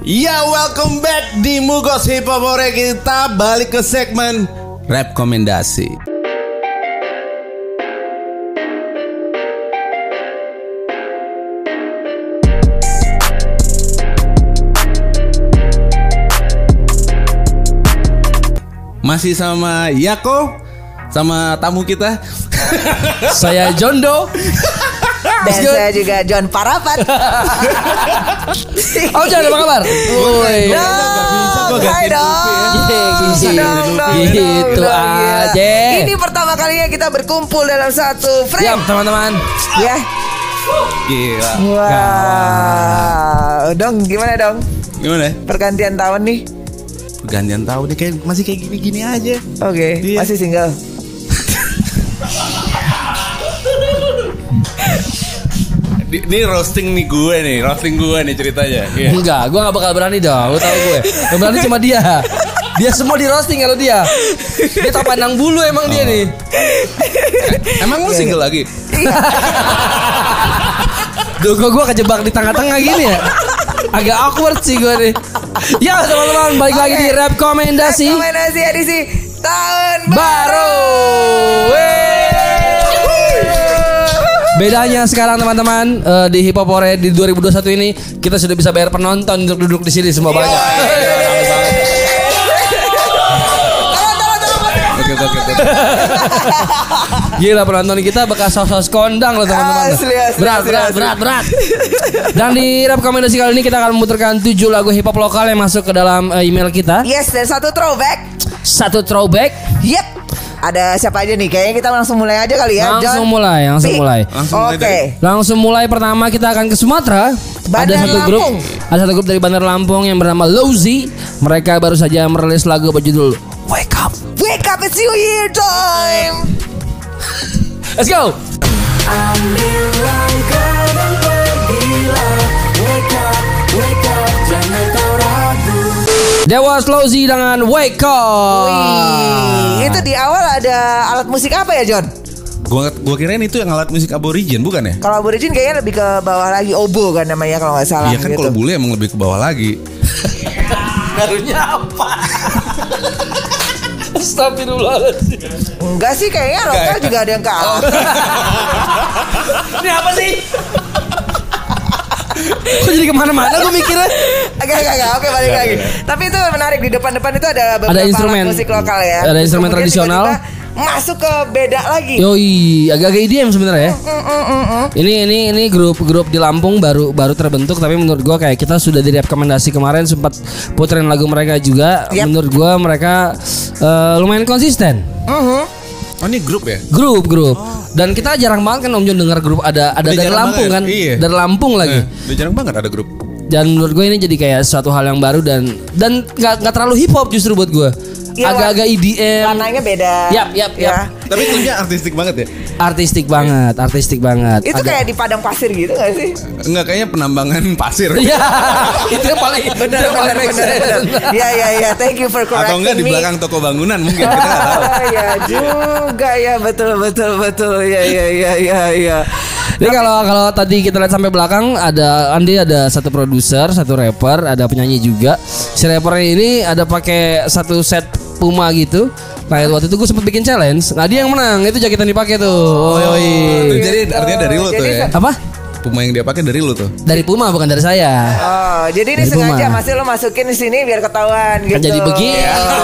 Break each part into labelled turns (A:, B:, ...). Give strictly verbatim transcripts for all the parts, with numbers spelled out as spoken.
A: Ya, welcome back di Mugos Hip Hop Hore. Kita balik ke segmen rekomendasi. Masih sama Yako, sama tamu kita.
B: Saya Jondo.
C: Dan saya juga John Parapat.
B: Oh, John, apa kabar? Woi.
C: Hai dong.
B: Gitu aja.
C: Ini pertama kalinya kita berkumpul dalam satu frame.
B: Siap, teman-teman.
C: Ya.
A: Gila.
C: Wow. Dong, gimana dong?
A: Gimana?
C: Pergantian tahun nih.
A: Pergantian tahun nih kayak masih kayak gini-gini aja.
C: Oke,
A: Iya.
C: masih single.
A: Ini roasting nih gue nih, roasting gue nih ceritanya. Yeah.
B: Enggak, gue gak bakal berani dong. Lu tahu gue. Yang berani cuma dia. Dia semua di roasting kalau dia. Dia tak pandang bulu emang oh. dia nih.
A: Eh, emang lu single lagi?
B: Duh, gue gue kejebak di tengah-tengah gini ya. Agak awkward sih gue nih. Ya teman-teman, balik okay. lagi di rekomendasi.
C: Rekomendasi edisi tahun
B: baru.
C: baru.
B: Bedanya sekarang teman-teman uh, di Hip Hop Hore di dua ribu dua puluh satu ini kita sudah bisa bayar penonton untuk duduk di sini semua banyak. Gila, penonton kita bekas sos-sos kondang loh teman-teman. Berat, berat, berat, berat. Dan di rekomendasi kali ini kita akan memutarkan tujuh lagu hip hop lokal yang masuk ke dalam uh, email kita.
C: Yes, dan satu throwback.
B: Satu throwback.
C: Yep. Ada siapa aja nih? Kayaknya kita langsung mulai aja kali ya.
B: Langsung
C: John.
B: mulai, langsung
C: Pik.
B: mulai.
C: Oke. Okay.
B: Langsung mulai pertama kita akan ke Sumatera.
C: Bandar
B: ada satu grup,
C: Lampung.
B: ada satu grup dari Bandar Lampung yang bernama Lowzy. Mereka baru saja merilis lagu berjudul Wake Up.
C: Wake up, it's New Year time.
B: Let's go.
D: Ambil langkah dan pergilah. Wake up, wake up, jangan kau ragu.
B: Dewa Lowzy dengan Wake Up.
C: Wih, itu di awal ada alat musik apa ya, John?
A: Gua gua kirain itu yang alat musik aborigin bukan ya?
C: Kalau aborigin kayaknya lebih ke bawah lagi, obo kan namanya kalau nggak salah.
A: Iya kan
C: gitu.
A: kalau bule emang lebih ke bawah lagi.
B: Barunya apa? Astagfirullahaladzim.
C: Enggak sih, kayaknya lokal juga ada yang ke
A: Oh.
C: atas.
B: Ini apa sih? Kok jadi kemana-mana gue mikirnya.
C: Agak agak agak oke balik lagi. Tapi itu menarik, di depan-depan itu ada beberapa
B: Ada instrumen
C: alat musik lokal ya.
B: Ada instrumen
C: Kemudian
B: tradisional.
C: tiba-tiba masuk ke beda lagi.
B: Yoi, agak-agak I D M sebenarnya ya.
C: Mm, mm, mm, mm.
B: Ini ini ini grup-grup di Lampung baru baru terbentuk, tapi menurut gua kayak kita sudah di rekomendasi kemarin sempat puterin lagu mereka juga.
C: Yep.
B: Menurut gua mereka uh, lumayan konsisten.
C: Mm-hmm.
A: Oh ini grup ya?
B: Grup grup. Oh. Dan kita jarang banget kan Om Jun dengar grup ada ada
A: Udah
B: dari Lampung
A: banget.
B: kan.
A: Iya.
B: Dari Lampung lagi.
A: Eh, udah jarang banget ada grup.
B: Dan menurut gue ini jadi kayak suatu hal yang baru dan dan nggak nggak terlalu hip hop justru buat gue.
C: Ya,
B: agak-agak I D M.
C: warnanya beda.
B: Yap, yap,
C: ya.
B: yap.
A: Tapi tentunya artistik banget ya?
B: Artistik banget, artistik banget.
C: Itu
B: Agak-
C: kayak di padang pasir gitu gak sih?
A: Enggak, kayaknya penambangan pasir.
B: Iya, itu yang paling
C: Benar,
B: itu yang paling
C: benar,
B: make
C: benar,
B: sense.
C: benar. Iya, iya, iya. Thank you for correcting
A: Atau enggak di
C: me.
A: belakang toko bangunan mungkin kita nggak tahu.
C: Oh, ya juga ya, betul, betul, betul. Ya, ya, ya, ya, ya.
B: Jadi kalau kalau tadi kita lihat sampai belakang ada Andi, ada satu produser, satu rapper, ada penyanyi juga. Si rappernya ini ada pakai satu set Puma gitu. Nah waktu itu gue sempet bikin challenge. Nah dia yang menang, itu jaket yang dipakai tuh. Oh, yoi.
A: Jadi artinya dari lu tuh
C: Jadi,
A: ya?
B: Apa?
A: Puma yang dia pakai dari lu tuh?
B: Dari Puma bukan dari saya.
C: Oh, jadi ini
B: Dari
C: sengaja
B: Puma.
C: masih lo masukin di sini biar ketahuan gitu.
B: Kan jadi begini.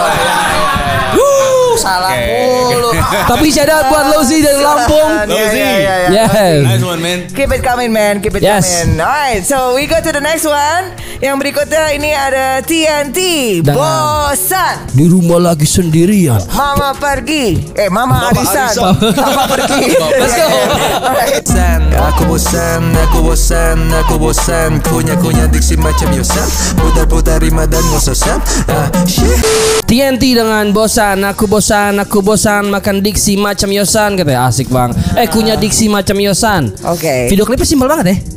C: Uh, salah mulu.
B: Tapi syarat buat Lowzy dari Lampung.
A: Lowzy.
C: Ya, ya, ya, ya.
B: Yes.
A: Nice one man.
C: Keep it coming man, keep it
B: Yes.
C: coming. Alright, so we go to the next one. Yang berikutnya ini ada T N T.
B: Dengan-
C: Bosan.
B: Di rumah lagi sendirian.
C: Mama pergi. Eh, Mama,
A: Mama
C: Arisan.
A: Arisan.
C: Mama pergi.
B: Let's go.
C: Alright.
D: Bosan, aku bosan, aku bosan, aku bosan. Kunyah-kunyah diksi macam Yosan. Putar-putar rima dan ngososan. Ah, shit.
B: T N T dengan bosan, aku bosan, aku bosan makan diksi macam Yosan katanya asik bang. Eh kunyah diksi macam Yosan.
C: Oke.
B: Video klipnya simpel banget ya.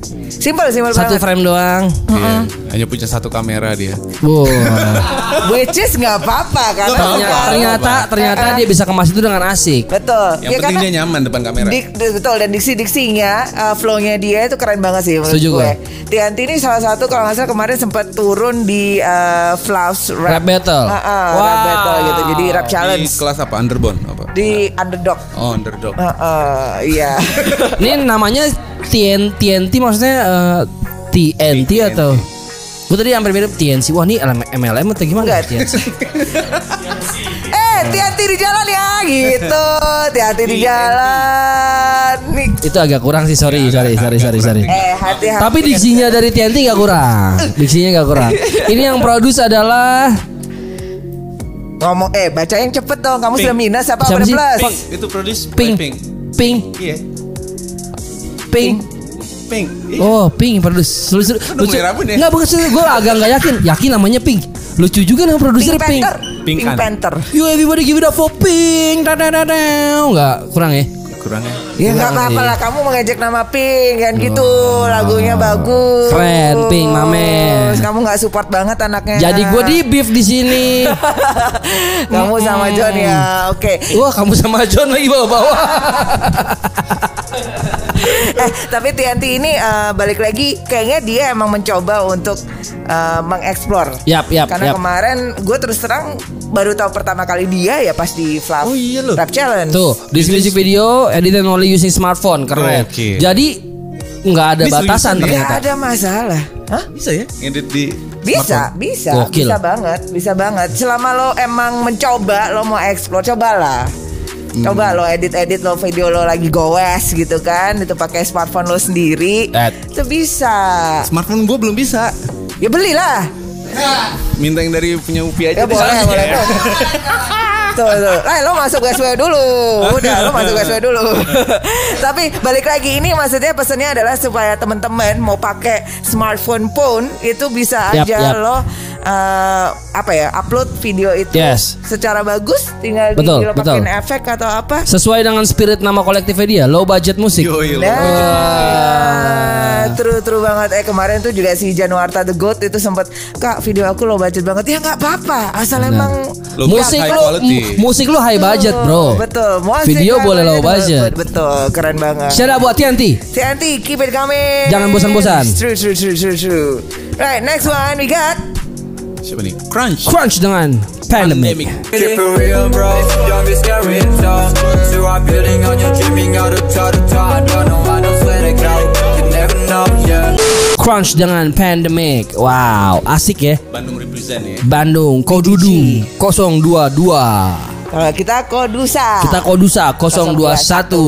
C: Simple, simple
B: Satu
C: banget.
B: frame doang.
A: Iya, hanya punya satu kamera dia.
B: Wow.
C: Which is nggak apa-apa karena
B: Ternyata,
C: bukan-
B: ternyata, ternyata dia bisa kemas itu dengan asik.
C: betul.
A: Yang penting dia nyaman depan kamera.
C: Dik, betul dan diksi-diksinya, uh, flow-nya dia itu keren banget sih menurut
B: Setuju
C: gue.
B: gue.
C: Tianti ini salah satu kalau nggak salah kemarin sempat turun di uh, Flaws
B: Rap battle.
C: Uh, uh,
B: Wow.
C: Rap battle gitu. Jadi rap
A: Di
C: challenge
A: kelas apa? Underbone apa?
C: di Underdog.
A: Oh, underdog.
C: Uh, uh, iya.
B: Ini namanya T N T N T maksudnya eh, T N T atau gue tadi hampir mirip T N C. Wah ini M L M atau gimana?
C: Enggak.
B: T N C.
C: eh, hati-hati di jalan ya gitu. Hati-hati di jalan. Nih.
B: Itu agak kurang sih, sorry, sorry, sorry, sorry, sorry.
C: Eh, hati-hati.
B: Tapi diksinya dari T N T gak kurang. Diksinya gak kurang. Ini yang produce adalah
C: ngomong eh baca yang cepet dong. Kamu sudah minus apa
B: Siapa
C: udah
B: sih?
C: plus?
A: Pink, itu produce
B: Pink.
A: by Pink.
B: Pink.
A: Iya,
B: Pink.
A: Pink. Ih,
B: Oh, Pink produce. Lucu.
A: Udah mulai rabun ya?
B: Enggak, bukan gue agak gak yakin. Yakin namanya Pink. Lucu juga nama produser
C: Pink
B: Pink.
C: Panther.
A: Pink
C: Pink
A: kan?
C: Panther.
B: Yo everybody give it up for Pink. Dadadadau. Enggak kurang ya?
A: kurangnya.
C: Ya nggak
B: Kurang
C: apa-apa
B: sih.
C: lah, kamu mengejek nama Pink kan gitu, lagunya bagus.
B: Keren, Pink, mamen.
C: Terus kamu nggak support banget anaknya.
B: Jadi gue di beef di sini.
C: Kamu sama John ya, oke.
B: Wah, kamu sama John lagi bawa-bawa.
C: Eh tapi T N T ini uh, balik lagi, kayaknya dia emang mencoba untuk uh, mengeksplor.
B: Yap, yap,
C: Karena
B: yap.
C: kemarin gue terus terang baru tahu pertama kali dia ya pas di Fluff
A: Oh, iya loh.
C: Rap Challenge.
B: Tuh, this music video edited only using smartphone. Keren.
A: Oke.
B: Jadi nggak ada
A: Ini
B: batasan
A: seriusan ya?
C: Nggak
B: ternyata.
C: ada masalah. Hah?
A: Bisa ya ngedit di
C: Bisa,
A: smartphone?
C: bisa,
B: Gokil.
C: bisa banget, bisa banget. Selama lo emang mencoba, lo mau explore, cobalah. Coba lo edit-edit lo video lo lagi goes gitu kan, itu pakai smartphone lo sendiri,
B: Ed.
C: itu bisa.
A: Smartphone gue belum bisa.
C: Ya belilah.
A: Minta yang dari punya Upi aja.
C: Ya
A: deh.
C: boleh, boleh tuh. Tuh, tuh. Eh, lo masuk U S W dulu. Udah, lo masuk U S W dulu. Tapi balik lagi, ini maksudnya pesannya adalah supaya teman-teman mau pakai smartphone pun itu bisa
B: Yap,
C: aja
B: yap.
C: lo uh, apa ya, upload video itu
B: Yes.
C: secara bagus, tinggal di
B: Betul,
C: lo
B: betul.
C: pakein efek atau apa.
B: Sesuai dengan spirit nama kolektifnya dia, low budget musik.
A: Yoi, lo.
C: Nah, true true banget. Eh kemarin tuh juga si Januarta The Goat itu sempat, Kak video aku low budget banget. Ya nggak apa-apa, asal emang
A: Lo
B: Musik
A: high
B: lo,
A: quality.
B: m- musik lo high budget, bro.
C: Betul. Musik
B: Video
C: high
B: boleh low
C: budget.
B: budget.
C: Betul, keren banget.
B: Shout out buat T N T.
C: T N T, keep it coming.
B: Jangan bosan-bosan.
C: True, true, true, true, true. Right, next one we got.
A: Siapa nih? Crunch.
B: Crunch dengan Pandemic.
D: Keep it real, bro. Don't be scary and tough. So I'm building on your dreaming out of top to top. Don't know how to let it go. You never know, yeah.
B: Crunch dengan Pandemic. Wow, asik ya.
A: Bandung represent ya.
B: Bandung, Kodudu nol dua dua.
C: Kalau kita Kodusa.
B: Kita Kodusa nol dua satu.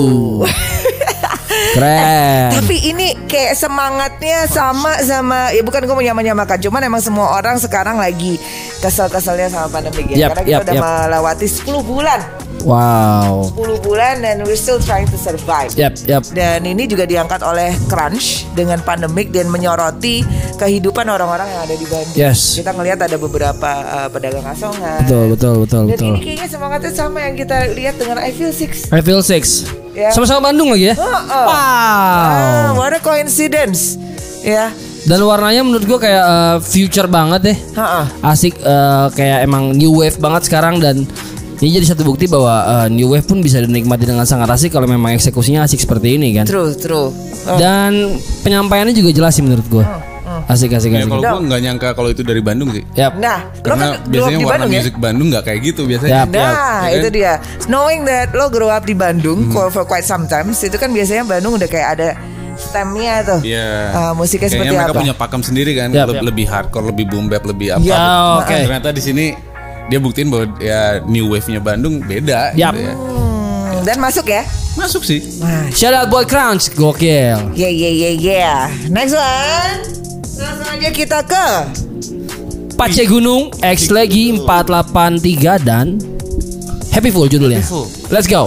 B: Keren.
C: Tapi ini kayak semangatnya sama sama ya, bukan gue menyamakan, cuman emang semua orang sekarang lagi kesel-keselnya sama pandemi ya.
B: Yap,
C: Karena kita
B: yap,
C: udah
B: yap.
C: melewati sepuluh bulan.
B: Wow.
C: sepuluh bulan dan we're still trying to survive.
B: Yap, yap.
C: Dan ini juga diangkat oleh Crunch dengan pandemik dan menyoroti kehidupan orang-orang yang ada di Bandung.
B: Yes.
C: Kita ngelihat ada beberapa uh, pedagang asongan.
B: Betul, betul, betul,
C: Dan
B: betul.
C: ini kayaknya semangatnya sama yang kita lihat dengan I Feel Six.
B: I feel six.
C: Ya.
B: Sama-sama Bandung lagi ya.
C: Heeh.
B: Wow.
C: Ah, what a coincidence. Ya.
B: Dan warnanya menurut gua kayak uh, future banget ya.
C: Heeh.
B: Asik, uh, kayak emang new wave banget sekarang. Dan ini jadi satu bukti bahwa uh, new wave pun bisa dinikmati dengan sangat asik kalau memang eksekusinya asik seperti ini kan.
C: True, true. Oh.
B: Dan penyampaiannya juga jelas sih menurut gua. Asik, asik,
A: Ya,
B: asik.
A: kalau gue nggak nyangka kalau itu dari Bandung sih.
B: Yap.
C: Nah, lo
A: Karena
C: kan grow up
A: biasanya
C: di
A: warna
C: Bandung ya?
A: musik Bandung nggak kayak gitu biasanya.
B: Yap.
C: Nah,
A: Ya kan?
C: itu dia. Knowing that lo grow up di Bandung for, for quite sometimes, itu kan biasanya Bandung udah kayak ada stemnya tuh.
A: Iya.
C: Uh, musiknya
A: Kayaknya
C: seperti
A: mereka
C: apa?
A: punya pakem sendiri kan,
B: Yap,
A: Le-
B: yap.
A: lebih hardcore, lebih boom bap, lebih apa.
C: Iya.
B: Oh, oke.
A: Ternyata di sini dia buktiin bahwa ya new wave-nya Bandung beda.
B: Yap.
A: Gitu ya.
C: Hmm, dan masuk ya?
A: Masuk sih.
C: Wah,
B: Shout out buat Crunch, gokil.
C: yeah, yeah, yeah, yeah. Next one. Langsung aja kita ke
B: Pace Gunung X lagi empat delapan tiga dan Happy Full judulnya. Let's go.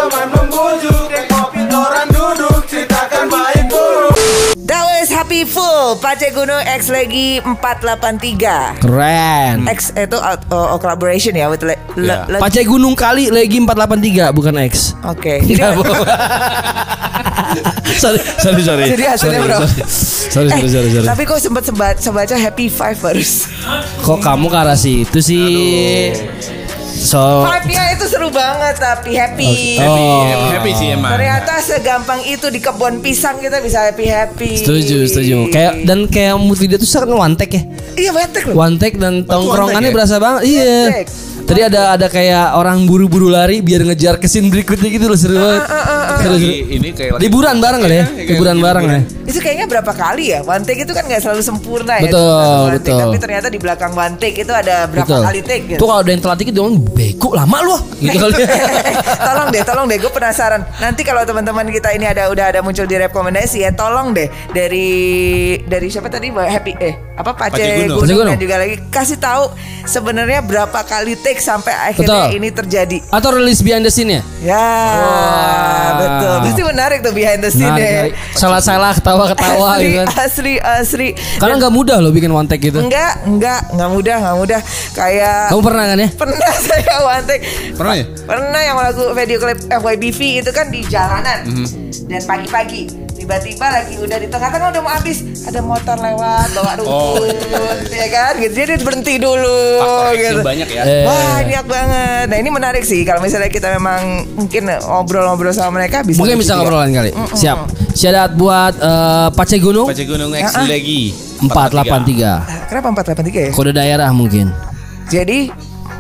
C: That was Happy Full Pace Gunung X Legi empat delapan tiga.
B: Keren.
C: X itu uh, uh, collaboration ya with le, le,
A: Ya.
C: le,
B: Pace Gunung kali Legi empat delapan tiga bukan X.
C: Oke.
B: Nggak,
C: Jadi,
B: bohong. sorry, sorry, sorry.
C: Jadi hasilnya
B: sorry,
C: berapa?
B: sorry, sorry, sorry, sorry.
C: tapi kok sempat sebaca Happy Five harus.
B: Kok kamu ke arah situ sih? So,
C: Five-nya itu seru banget tapi happy.
B: Oh.
A: Happy, happy sih emang.
C: Ternyata segampang itu di kebun pisang kita bisa happy-happy.
B: setuju, setuju. Kayak dan kayak mood video tuh sangat one take ya.
C: Iya bantek loh.
B: One take dan tongkrongannya
A: one take ya?
B: berasa banget. Iya.
C: One take.
B: Tadi ada ada kayak orang buru-buru lari biar ngejar ke scene berikutnya gitu loh, seru banget. Seru, seru.
A: Ini kayak lagi-
B: Liburan bareng kali ya?
A: Iya, kayak
B: Liburan
A: lagi
B: bareng ya.
A: liburan.
C: Itu kayaknya berapa kali ya? One take itu kan nggak selalu sempurna ya.
B: Betul,
C: Satu one take.
B: betul.
C: Tapi ternyata di belakang one take itu ada berapa
B: Betul.
C: kali take gitu.
B: Tuh kalau ada yang telat dikit dia ngomong bego lama lu ah." gitu kali.
C: tolong deh, tolong deh, gue penasaran. Nanti kalau teman-teman kita ini ada udah ada muncul di rekomendasi ya, tolong deh dari dari siapa tadi Happy eh apa Pace,
A: Pace
C: Gunung,
A: Gunung.
B: Pace Gunung.
C: dan juga lagi kasih tahu sebenarnya berapa kali take sampai akhirnya
B: Betul.
C: ini terjadi.
B: Atau rilis behind the scene-nya.
C: Ya, betul. Pasti menarik tuh behind the scene
B: Nah,
C: deh.
B: salah-salah ketawa-ketawa
C: asli,
B: gitu kan.
C: asli, asli.
B: Karena nggak mudah loh bikin one take gitu.
C: Enggak, enggak, enggak mudah, enggak mudah. Kayak
B: Kamu pernah kan ya?
C: pernah saya one take.
A: Pernah ya?
C: Pernah yang lagu video klip F Y B V itu kan di jalanan
A: Mhm.
C: dan pagi-pagi tiba-tiba lagi udah di tengah-tengah udah mau habis ada motor lewat bawa rumput ya kan gitu jadi dia berhenti dulu
A: Faktor X
C: gitu.
A: yang banyak ya.
B: Eh.
C: Banyak banget. Nah ini menarik sih kalau misalnya kita memang mungkin ngobrol-ngobrol sama mereka bisa
B: Mungkin
C: lucu
B: bisa
C: juga.
B: ngobrolan kali. Siap. Syarat buat eh, Pace Gunung
A: Pace Gunung X
C: Ah, ah.
A: Legi
B: empat delapan tiga.
C: Kenapa empat delapan tiga ya?
B: Kode daerah mungkin.
C: Jadi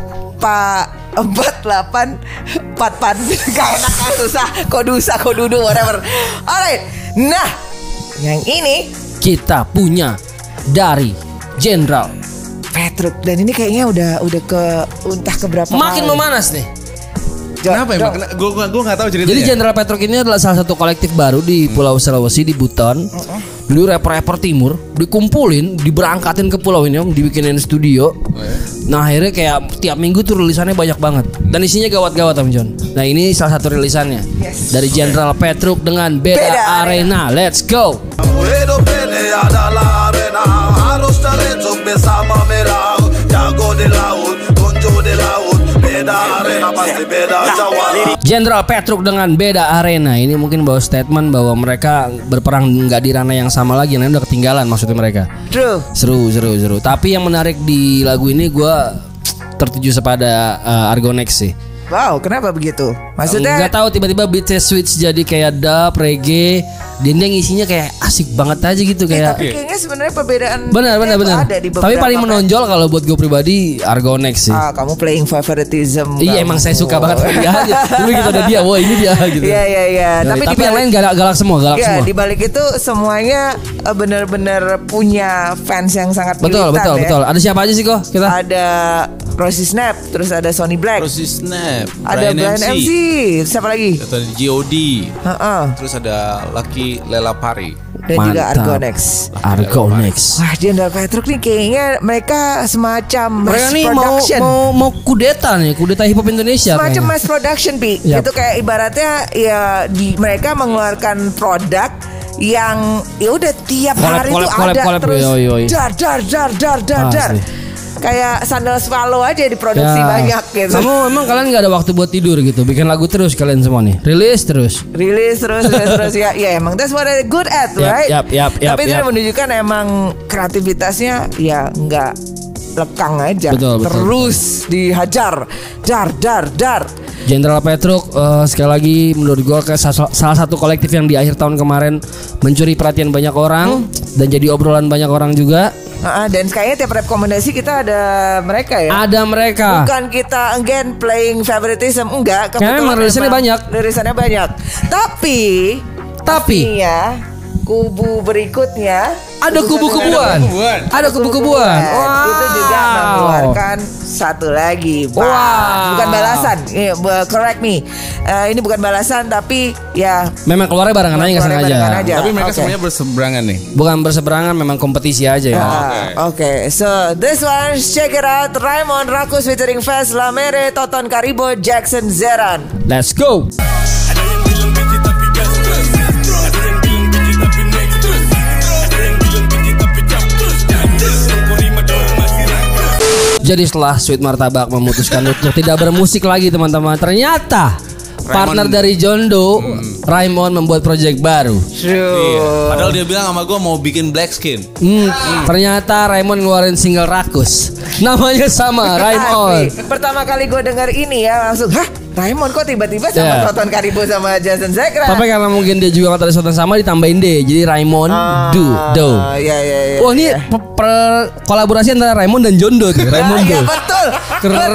C: Pak empat delapan empat pan gak enak kan susah kodusa kodudu whatever. Alright. Nah, yang ini
B: Kita punya dari Jenderal.
C: Petruk dan ini kayaknya udah udah ke entah ke berapa
B: Makin
C: kali.
B: memanas nih.
C: Jo-
A: Kenapa ya?
C: Dong.
A: Gue gue nggak tahu ceritanya.
B: Jadi Jenderal Petruk ini adalah salah satu kolektif baru di Pulau Sulawesi di Buton. Dulu rapper-rapper timur dikumpulin, diberangkatin ke pulau ini, om, dibikinin studio. Nah akhirnya kayak tiap minggu tuh rilisannya banyak banget dan isinya gawat-gawat Om John. Nah ini salah satu rilisannya
C: Yes.
B: dari Jenderal Petruk dengan Beda,
C: Beda
B: Arena. Let's go.
E: Puedo pelear a la arena, harus talentos bersama merah, jago di laut, tunjuk di laut, beda arena pasti beda jawara.
B: Jenderal Petruk dengan Beda Arena. Ini mungkin bawa statement bahwa mereka berperang nggak di ranah yang sama lagi, nanti udah ketinggalan maksudnya mereka.
C: True.
B: Seru, seru, seru. Tapi yang menarik di lagu ini gue tertuju kepada uh, Argonex sih.
C: Wow, kenapa begitu? Maksudnya
B: Nggak tahu tiba-tiba beatnya switch jadi kayak dub, reggae, dan dia ngisinya kayak asik banget aja gitu
C: Eh,
B: kayak.
C: tapi kayaknya sebenarnya perbedaan
B: Benar, benar,
C: itu
B: benar.
C: ada di
B: Tapi
C: beberapa
B: paling
C: kan.
B: menonjol kalau buat gue pribadi Argonex sih.
C: Ah, kamu playing favoritism.
B: Iya
C: kamu.
B: emang saya suka banget sama dia aja. Dulu gitu ada dia, wah ini dia gitu.
C: Iya iya iya.
B: Tapi,
C: Tapi,
B: tapi
C: di
B: yang
C: balik-
B: lain galak, galak semua, galak
C: ya,
B: semua.
C: di balik itu semuanya eh, benar-benar punya fans yang sangat
B: Betul,
C: militan
B: betul,
C: ya.
B: betul. Ada siapa aja sih kok kita?
C: Ada Rosie Snap, terus ada Sony Black,
A: Rosie Snap,
C: ada Brian M C, terus siapa lagi?
A: Ada G O D,
C: Heeh.
A: terus ada Lucky Lela Pari.
C: Dan juga
B: Mantap.
C: Argonex.
B: Argonex.
C: Wah, Jenderal Petruk nih kayaknya mereka semacam
B: Mereka
C: mass
B: nih mau
C: production.
B: mau mau kudeta nih, kudeta hip hop Indonesia.
C: Semacam
B: kayaknya.
C: mass production, Pi.
B: Yap.
C: Itu kayak ibaratnya ya di mereka mengeluarkan produk yang ya udah tiap
B: Collab,
C: hari
B: collab,
C: tuh
B: collab,
C: ada
B: collab,
C: terus
B: yoi, yoi.
C: dar dar dar dar dar dar.
B: Asli.
C: Kayak sandal swallow aja diproduksi
B: Ya.
C: banyak gitu.
B: Kamu emang kalian nggak ada waktu buat tidur gitu, bikin lagu terus kalian semua nih, rilis terus.
C: Rilis terus terus terus ya ya emang that's what I'm good at,
B: Yap,
C: right?
B: yap, yap, yap,
C: Tapi itu
B: yap.
C: menunjukkan emang kreativitasnya ya nggak lekang aja.
B: Betul, betul,
C: terus dihajar dar dar dar.
B: Jenderal Petruk eh, sekali lagi menurut gua kayak sa- salah satu kolektif yang di akhir tahun kemarin mencuri perhatian banyak orang dan jadi obrolan banyak orang juga.
C: Nah, dan kayaknya tiap rekomendasi kita ada mereka ya.
B: Ada mereka.
C: Bukan kita again playing favoritism, enggak.
B: Karena emang rilisannya
C: memang
B: banyak.
C: Rilisannya banyak. Tapi
B: Tapi
C: ini ya kubu berikutnya
B: ada kubu-kubuan.
A: kubu-kubuan.
B: Ada kubu-kubuan.
C: Itu juga mengeluarkan satu lagi. Bah,
B: Wow.
C: Bukan balasan. Eh, bu- correct me. Eh, ini bukan balasan tapi ya
B: Memang keluarnya barengan aja nggak
C: Keluarnya
B: sengaja.
C: barengan aja.
A: Tapi mereka
C: Oke.
A: semuanya berseberangan nih.
B: Bukan berseberangan, memang kompetisi aja ya.
C: Ah, Oke, so this one check it out. Raymond Rakus featuring Fes Lamere, Toton Karibo, Jackson Zeran.
B: Let's go.
F: Ada yang bilang biji tapi gas terus. Ada yang bilang biji tapi naik terus. Ada yang bilang biji
B: Jadi setelah Sweet Martabak memutuskan untuk tidak bermusik lagi teman-teman, ternyata partner
A: Raymond.
B: dari Jondo, hmm. Raymond membuat project baru.
A: Iya. Padahal dia bilang sama gue mau bikin Black Skin.
B: Hmm. Hmm. Ternyata Raymond ngeluarin single Rakus. Namanya sama, Raymond.
C: Asli. Pertama kali gue denger ini ya langsung, hah Raymond kok tiba-tiba sama
B: Yeah.
C: Toton Karibo sama Jason Zekra.
B: Tapi karena mungkin dia juga kata Sultan sama ditambahin D, jadi Raymond
C: Ah,
B: Do Do.
C: Iya iya iya.
B: Wah ini
C: iya.
B: per, per- kolaborasi antara Raymond dan Jondo tuh. Raymond
C: Iya
B: Do.
C: betul.
B: Keren.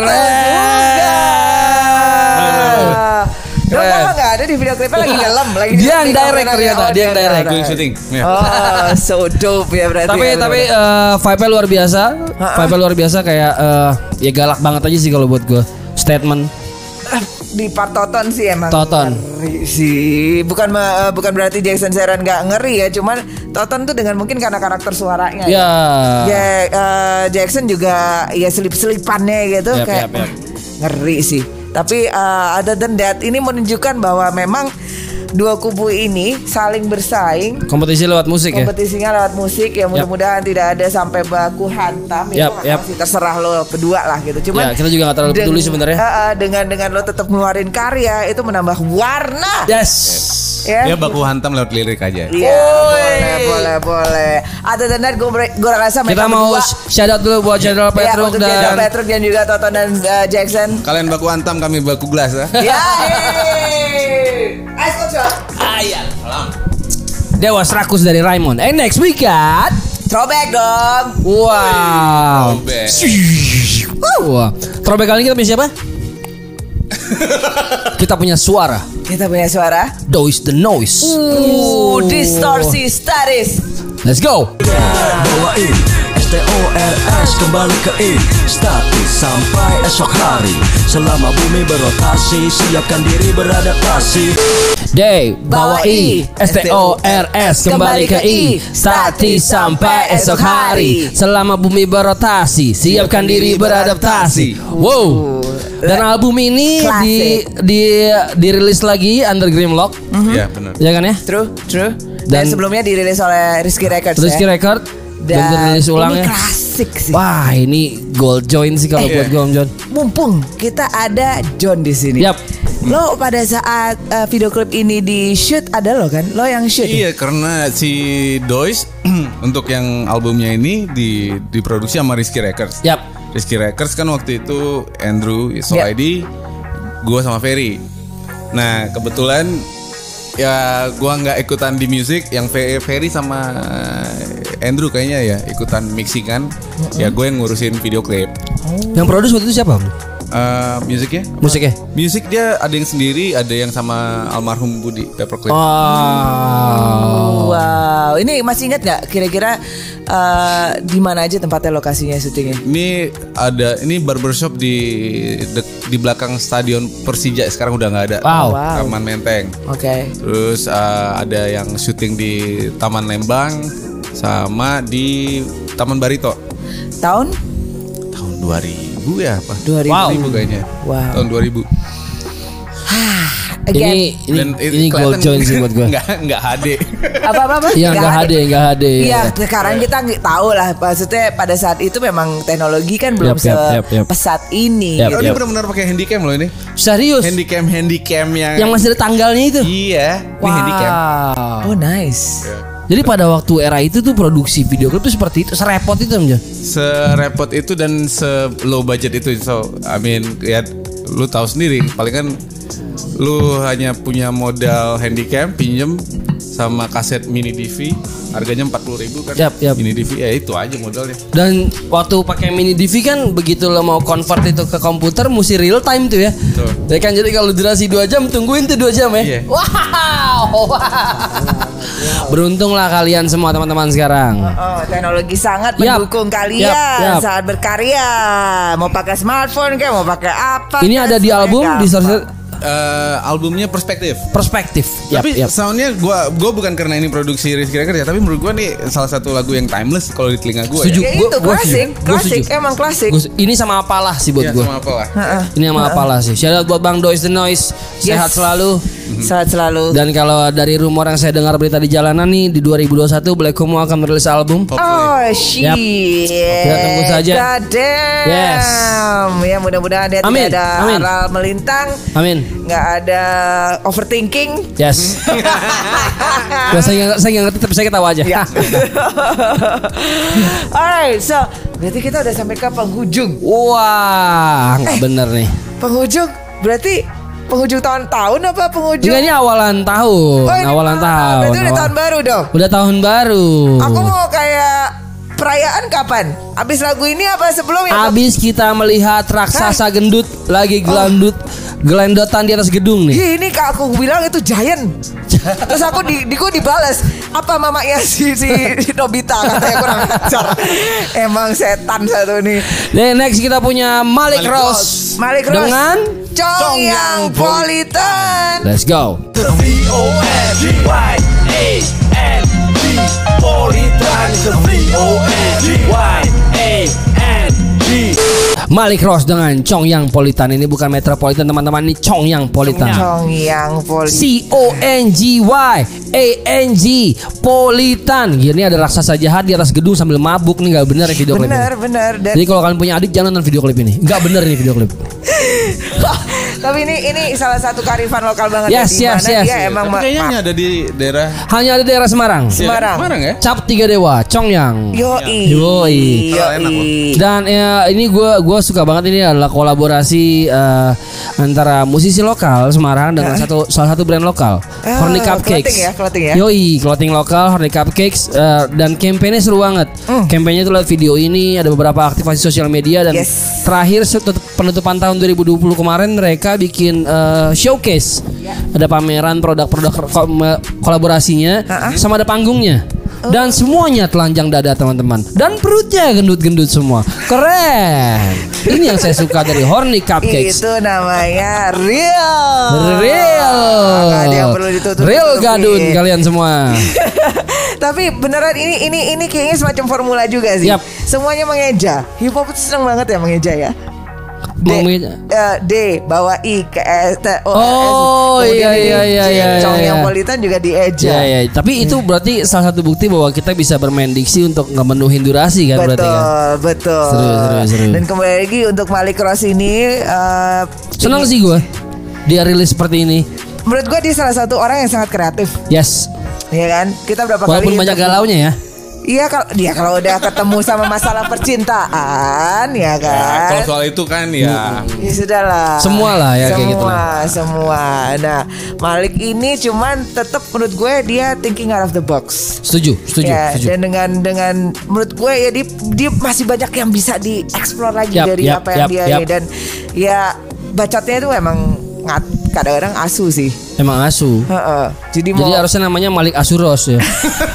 C: Lo
B: Keren.
C: nggak ada di video klipnya lagi nyelam lagi.
B: Dia yang
C: di-
B: direct
C: di-
B: ternyata,
C: oh,
B: dia yang direct.
A: Gue syuting. Ya.
C: Oh, so dope ya berarti.
B: Tapi
C: ya,
B: tapi
C: bener-bener.
B: eh, vibe-nya luar biasa. Vibe-nya luar biasa kayak eh, ya galak banget aja sih kalau buat gue. Statement
C: di part Toton sih emang.
B: Toton.
C: Ngeri sih. Bukan ma- bukan berarti Jason Zeran nggak ngeri ya, cuman Toton tuh dengan mungkin karena karakter suaranya.
B: Ya.
C: Ya, eh, Jackson juga ya selip-selipannya gitu
B: Yap,
C: kayak
B: yap, yap.
C: ngeri sih. Tapi uh, other than that ini menunjukkan bahwa memang dua kubu ini saling bersaing.
B: Kompetisi lewat musik ya.
C: Kompetisinya lewat musik ya mudah-mudahan tidak ada sampai baku hantam itu
B: Yap,
C: mah
B: yap.
C: masih terserah lo berdua lah gitu. Cuman
B: Ya, kita juga nggak terlalu
C: deng-
B: peduli sebenarnya.
C: uh, uh, dengan dengan lo tetap ngeluarin karya itu menambah warna.
B: Yes.
C: Ya.
A: Dia baku hantam lewat lirik aja.
C: Iya, boleh, boleh, boleh. Other than that, gue gue rasa
B: Kita
C: mereka
B: mau
C: berdua.
B: shout out dulu buat General
C: Ya,
B: Petruk
C: untuk Jenderal
B: dan
C: Petruk dan juga Toton dan uh, Jackson.
A: Kalian baku hantam, kami baku gelas ya.
C: Ya, hey. Ice cold shot.
A: Ayah, salam.
B: Dewas Rakus dari Raymond. And next we got
C: Throwback dong.
B: wow.
A: Throwback.
B: Wah. Throwback kali ini kita punya siapa? Kita punya suara.
C: Kita punya suara.
B: Dois the noise.
C: Uh, distorsi statis.
B: Let's go.
F: Bawain S T O R S kembali ke I Statis sampai esok hari. Selama bumi berotasi, siapkan diri beradaptasi.
B: Day bawa I S T O R S kembali ke I Statis sampai esok hari. Selama bumi berotasi, siapkan diri beradaptasi. Wow. Dan album ini di di dirilis lagi under Grimlock.
A: Iya, benar.
B: Ya kan ya?
C: True, true. Dan,
B: Dan-
C: sebelumnya dirilis oleh Rizky Records
B: Rizky
C: ya.
B: Record dan,
C: Dan
B: dirilis ulang
C: ini
B: ya.
C: klasik sih.
B: Wah, ini gold joint sih kalau buat gue Om John.
C: Mumpung kita ada John di sini.
B: Yap.
C: Lo pada saat uh, video klip ini di shoot ada lo kan? Lo yang shoot.
A: Iya, karena si Dois untuk yang albumnya ini di diproduksi sama Rizky Records.
B: Yap.
A: Rizky Records kan waktu itu Andrew, Soul
C: Yap.
A: I D, gue sama Ferry. Nah kebetulan ya gue nggak ikutan di music, yang Fe- Ferry sama Andrew kayaknya ya ikutan mixingan. Ya gue yang ngurusin video klip.
B: Yang produce waktu itu siapa? Om?
A: Uh, musiknya?
B: Musiknya?
A: Musik dia ada yang sendiri, ada yang sama almarhum Budi Paperclip.
B: Oh.
C: Wow, ini masih ingat nggak kira-kira uh, di mana aja tempatnya lokasinya syutingnya?
A: Ini ada ini barbershop di de- di belakang stadion Persija, sekarang udah nggak ada.
B: Wow.
C: Wow.
A: Taman Menteng.
C: Oke.
A: Terus uh, ada yang syuting di Taman Lembang sama di Taman Barito.
C: Tahun
A: Tahun dua ribu ya apa?
C: dua ribu.
B: Wow.
A: dua ribu kayaknya.
C: Wow.
A: Tahun dua ribu.
C: Again.
B: Ini ini,
A: Dan it-
B: ini gold
A: kelihatan
B: joint sih buat gue.
A: Nggak nggak H D.
C: apa apa apa?
B: Iya nggak H D, nggak H D.
C: Iya, sekarang kita nggak tahu lah. Maksudnya pada saat itu memang teknologi kan belum
B: Yap, yap, yap, yap.
C: sepesat ini.
B: Yap,
A: Oh,
C: gitu.
A: ini benar-benar pakai handycam loh ini.
B: Serius?
A: Handycam handycam yang
B: Yang masih ada tanggalnya itu?
A: Iya, ini handycam.
B: Wow.
C: Oh nice.
B: Jadi pada waktu era itu tuh produksi video klip tuh seperti itu, serepot itu Om John.
A: Serepot itu dan se low budget itu. So, I mean, ya lu tahu sendiri, paling kan lu hanya punya modal handycam, pinjem sama kaset mini D V, harganya empat puluh ribu kan.
B: Yap, yap.
A: Mini D V ya itu aja modalnya.
B: Dan waktu pakai mini D V kan begitu lo mau convert itu ke komputer mesti real time tuh ya.
A: Betul.
B: Ya kan jadi kalau durasi dua jam tungguin tuh dua jam ya.
A: Iya.
B: Wow. Beruntunglah kalian semua teman-teman sekarang.
C: Oh, teknologi sangat
B: Yap.
C: mendukung kalian
B: Yap, yap.
C: saat berkarya. Mau pakai smartphone kayak mau pakai apa?
B: Ini
C: kan
B: ada di
C: semuanya
B: album di
C: gampang.
A: Eh, albumnya Perspektif.
B: Perspektif. Yap,
A: Tapi
B: yap.
A: soundnya gua gua bukan karena ini produksi Rizky Records ya, tapi menurut gua nih salah satu lagu yang timeless kalau di telinga gua.
B: Setuju.
C: Ya
B: Gua-
C: itu
B: gua
C: klasik,
B: setuju. Gua
C: klasik,
B: setuju.
C: emang klasik.
B: Gua- ini sama apalah sih buat
A: Ya,
B: gue.
A: sama apa lah.
B: Ini sama apalah sih. Shout out buat Bang Dois The Noise. Sehat
C: Yes.
B: selalu.
C: Sehat selalu.
B: Dan kalau dari rumor yang saya dengar berita di jalanan nih, di dua ribu dua puluh satu Black Komo akan merilis album.
C: Oh shit.
B: Yap. Kita tunggu saja.
C: God damn.
B: Yes.
C: Ya mudah-mudahan dia
B: Amin.
C: tidak ada
B: Amin.
C: aral melintang.
B: Amin.
C: Nggak ada overthinking.
B: Yes. Gak, saya nggak saya nggak ngerti tapi saya ketawa aja.
C: Ya. Alright, so berarti kita udah sampai ke penghujung.
B: Wah, nggak bener nih.
C: Penghujung berarti penghujung tahun-tahun apa penghujung?
B: Enggak, ini awalan tahun.
C: Oh, ini
B: awalan
C: malah.
B: tahun.
C: Berarti udah
B: Awal-
C: tahun baru dong.
B: Udah tahun baru.
C: Aku mau kayak perayaan kapan? Abis lagu ini apa sebelumnya?
B: Abis kita melihat raksasa gendut lagi gelandut gelendotan di atas gedung nih.
C: Ih, ini kak aku bilang itu giant. Terus aku di, di aku dibalas apa mamanya si si Nobita katanya kurang ajar. Emang setan satu nih.
B: Dan next kita punya Malik,
A: Malik
B: Rose.
A: Rose.
C: Malik Rose
B: Dengan
C: Cong Yang Politan.
B: Let's go.
F: V O N G Y A N G Politan is a V O N G Y A N G.
B: Malik Rose dengan Cong Yang Politan. Ini bukan Metropolitan teman-teman, ini Cong Yang Politan.
C: Cong Yang Politan.
B: C O N G Y A N G Politan. Gini ada raksasa jahat di atas gedung sambil mabuk nih, nggak bener ya video klip
C: Benar
B: ini.
C: benar dan
B: Jadi kalau kalian punya adik jangan nonton video klip ini. Nggak bener ini video klip.
C: tapi ini ini salah satu kearifan lokal banget
B: Yes,
C: ya, di
B: yes,
C: mana
B: yes.
C: dia emang
A: Tapi
C: ma-
A: kayaknya
C: ma-
A: hanya ada di daerah
B: Hanya ada daerah Semarang.
C: Semarang.
A: Semarang ya?
B: Cap Tiga Dewa, Cong Yang.
C: Yoi.
B: Yoi.
A: Kalau enak loh.
B: Dan ya, ini gue gua suka banget, ini adalah kolaborasi eh, antara musisi lokal Semarang dengan satu salah satu brand lokal,
C: Ah,
B: Horny Cupcakes.
C: clothing ya, clothing ya.
B: Yoi, clothing lokal Horny Cupcakes, eh, dan kampanye seru banget. Kampanye itu lihat video ini, ada beberapa aktivasi sosial media dan
C: Yes.
B: terakhir setutup- penutupan tahun dua ribu dua puluh kemarin mereka bikin eh, showcase. Ada pameran produk-produk ko- me- kolaborasinya
C: Uh-uh.
B: sama ada panggungnya. Dan semuanya telanjang dada teman-teman. Dan perutnya gendut-gendut semua. Keren. Ini yang saya suka dari Horny Cupcakes.
C: Itu namanya real.
B: Real.
C: Nggak ada yang perlu ditutup-tutupin.
B: Real gadun kalian semua.
C: Tapi beneran ini ini ini kayaknya semacam formula juga sih.
B: Yap.
C: Semuanya mengeja. Hip hop itu seneng banget ya mengeja ya. D,
B: Mengeja.
C: eh, D bawa I ke S T O
B: Oh,
C: S.
B: iya, iya, iya, iya,
C: Cong
B: iya.
C: Yang Politan juga dieja.
B: Ya, ya. Tapi itu berarti salah satu bukti bahwa kita bisa bermain diksi untuk ngemenuhin durasi kan, berarti
C: Betul,
B: kan.
C: betul.
B: Seru, seru, seru.
C: Dan kembali lagi untuk Malik Rose ini eh,
B: Senang sih gue dia rilis seperti ini.
C: menurut gue dia salah satu orang yang sangat kreatif.
B: Yes.
C: Ya kan? Kita berapa
B: Walaupun
C: kali
B: banyak
C: interview-
B: galaunya ya.
C: Iya kalau dia kalau udah ketemu sama masalah percintaan ya
A: Ya,
C: kan.
A: kalau soal itu kan ya
C: Ya sudahlah.
B: Semua lah ya,
C: semua,
B: kayak gitu lah.
C: Semua. Nah, Malik ini cuman tetap menurut gue dia thinking out of the box.
B: Setuju, setuju,
C: Ya,
B: setuju.
C: dan dengan dengan menurut gue ya dia, dia masih banyak yang bisa dieksplor lagi
B: Yap,
C: dari
B: yap,
C: apa yang
B: yap,
C: dia
B: yap.
C: ini dan ya bacotnya itu emang ngat, kadang-kadang asu sih.
B: Emang asu.
C: Heeh. Jadi mau
B: Jadi harusnya namanya Malik Asuros ya.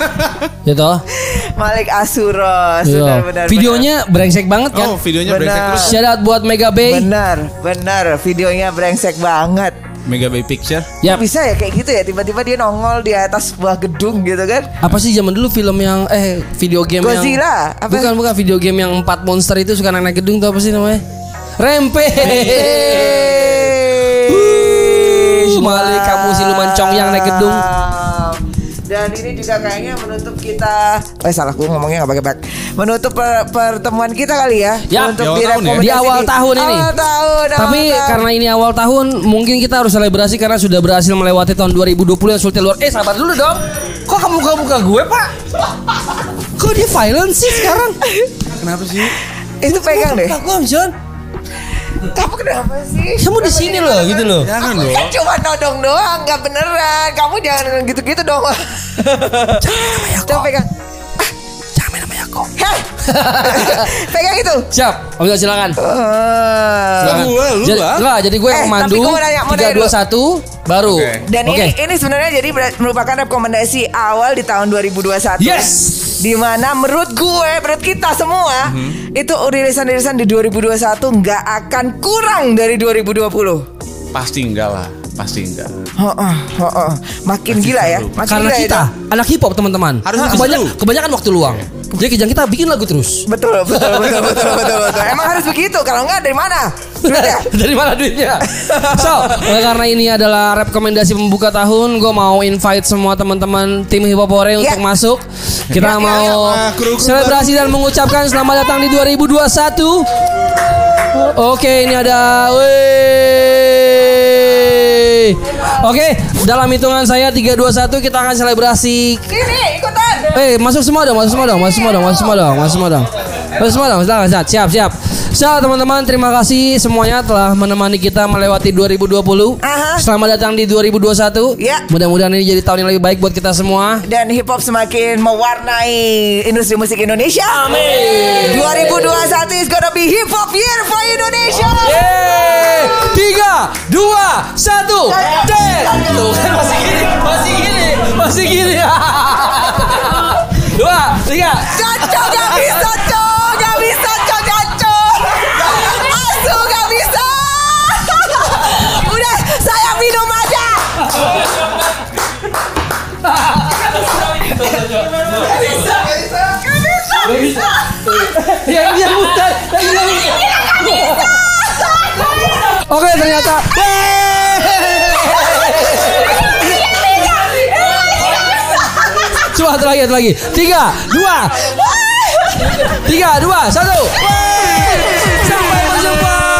B: Ya toh?
C: Malik Asuros.
B: Iya.
C: Benar-benar.
B: Videonya brengsek banget kan?
A: Oh videonya
C: Benar.
A: brengsek terus.
B: Shout out buat Mega Bay.
C: Benar, benar. Videonya brengsek banget.
A: Mega Bay Picture.
B: Yap.
C: Bisa ya kayak gitu ya, tiba-tiba dia nongol di atas sebuah gedung gitu kan.
B: Apa sih zaman dulu film yang eh video game
C: Godzilla,
B: yang
C: apa?
B: bukan bukan video game yang empat monster itu suka naik gedung tuh apa sih namanya? Rampage. Uh, Malik kamu siluman Cong Yang naik gedung.
C: Dan ini juga kayaknya menutup kita. Eh salah gue ngomongnya nggak pakai back. Menutup per- pertemuan kita kali ya.
B: Yap,
C: untuk
A: di awal tahun ya?
C: direkomendasi
B: Di awal tahun ini.
C: Awal tahun. awal
B: Tapi
C: tahun.
B: karena ini awal tahun, mungkin kita harus selebrasi karena sudah berhasil melewati tahun dua ribu dua puluh yang sulitnya luar. Eh sabar dulu dong. Kok kamu buka-buka gue pak? Kok dia violent sih sekarang?
A: Kenapa sih?
C: itu pegang deh.
B: Aku Om John.
C: Kamu kenapa sih?
B: Kamu di sini loh, gitu loh.
A: Jangan
C: Aku
A: dong.
C: kan cuma nodong doang, nggak beneran. Kamu jangan gitu-gitu dong. Coba pegang.
B: Jangan main sama Yako.
C: Heh. Pegang itu.
B: Siap, Om John silakan.
C: Eh.
B: Silakan.
A: Gua, lu,
B: jadi,
A: Bang.
B: enggak, jadi gue
C: Eh,
B: yang mandu
C: tapi gua mau nanya, mau
B: tiga
C: nanya
B: dua
C: dulu.
B: satu baru.
A: Oke.
C: Dan
B: Oke.
C: ini ini sebenarnya jadi ber- merupakan rekomendasi awal di tahun dua ribu dua puluh satu.
B: Yes.
C: Di mana menurut gue, menurut kita semua, itu rilisan-rilisan di dua ribu dua puluh satu nggak akan kurang dari dua ribu dua puluh.
A: Pasti enggak lah. Pasti enggak.
C: Heeh, heeh. Makin
A: Pasti
C: gila ya.
A: seru.
C: Makin
B: Karena
C: gila ya,
B: kita
C: Dok.
B: anak hip hop teman-teman.
A: Harus lebih
B: Kebanyak,
A: seru.
B: kebanyakan waktu luang. Jadi Kijang kita bikin lagu terus.
C: Betul, betul, betul, betul, betul, betul. Emang harus begitu. Kalau enggak dari mana? Duitnya?
B: Dari mana duitnya? So, karena ini adalah rekomendasi pembuka tahun, gue mau invite semua teman-teman tim Hip Hop Hore
C: Yeah.
B: untuk masuk. Kita
C: Yeah,
B: mau
C: yeah, yeah.
A: Nah, kru-kru
B: selebrasi dan mengucapkan selamat datang di dua ribu dua puluh satu. Oke, ini ada wey. Oke, dalam hitungan saya tiga dua satu kita akan selebrasi.
C: Sini, ikutan.
B: Eh, masuk semua dong, masuk semua dong, masuk semua dong, masuk semua dong, masuk semua dong. Masuk semua dong, silakan, siap, siap. So, teman-teman, terima kasih semuanya telah menemani kita melewati dua ribu dua puluh.
C: Aha.
B: Selamat datang di dua ribu dua puluh satu.
C: Ya.
B: Mudah-mudahan ini jadi tahun yang lebih baik buat kita semua.
C: Dan hip hop semakin mewarnai industri musik Indonesia.
B: Amin.
C: dua ribu dua puluh satu is gonna be hip hop year for Indonesia.
B: Yeay. Tiga, dua, satu. Ten. Tuh kan masih gini, masih gini, masih gini. Dua, tiga.
C: Caco gak bisa, co, gak bisa, co, caco. Asu gak bisa. Udah, saya minum aja.
B: Ya, dia bukan. Dia bukan. Oke, ternyata. Coba terakhir lagi. Tiga, dua, tiga, dua, satu. Sampai berjumpa.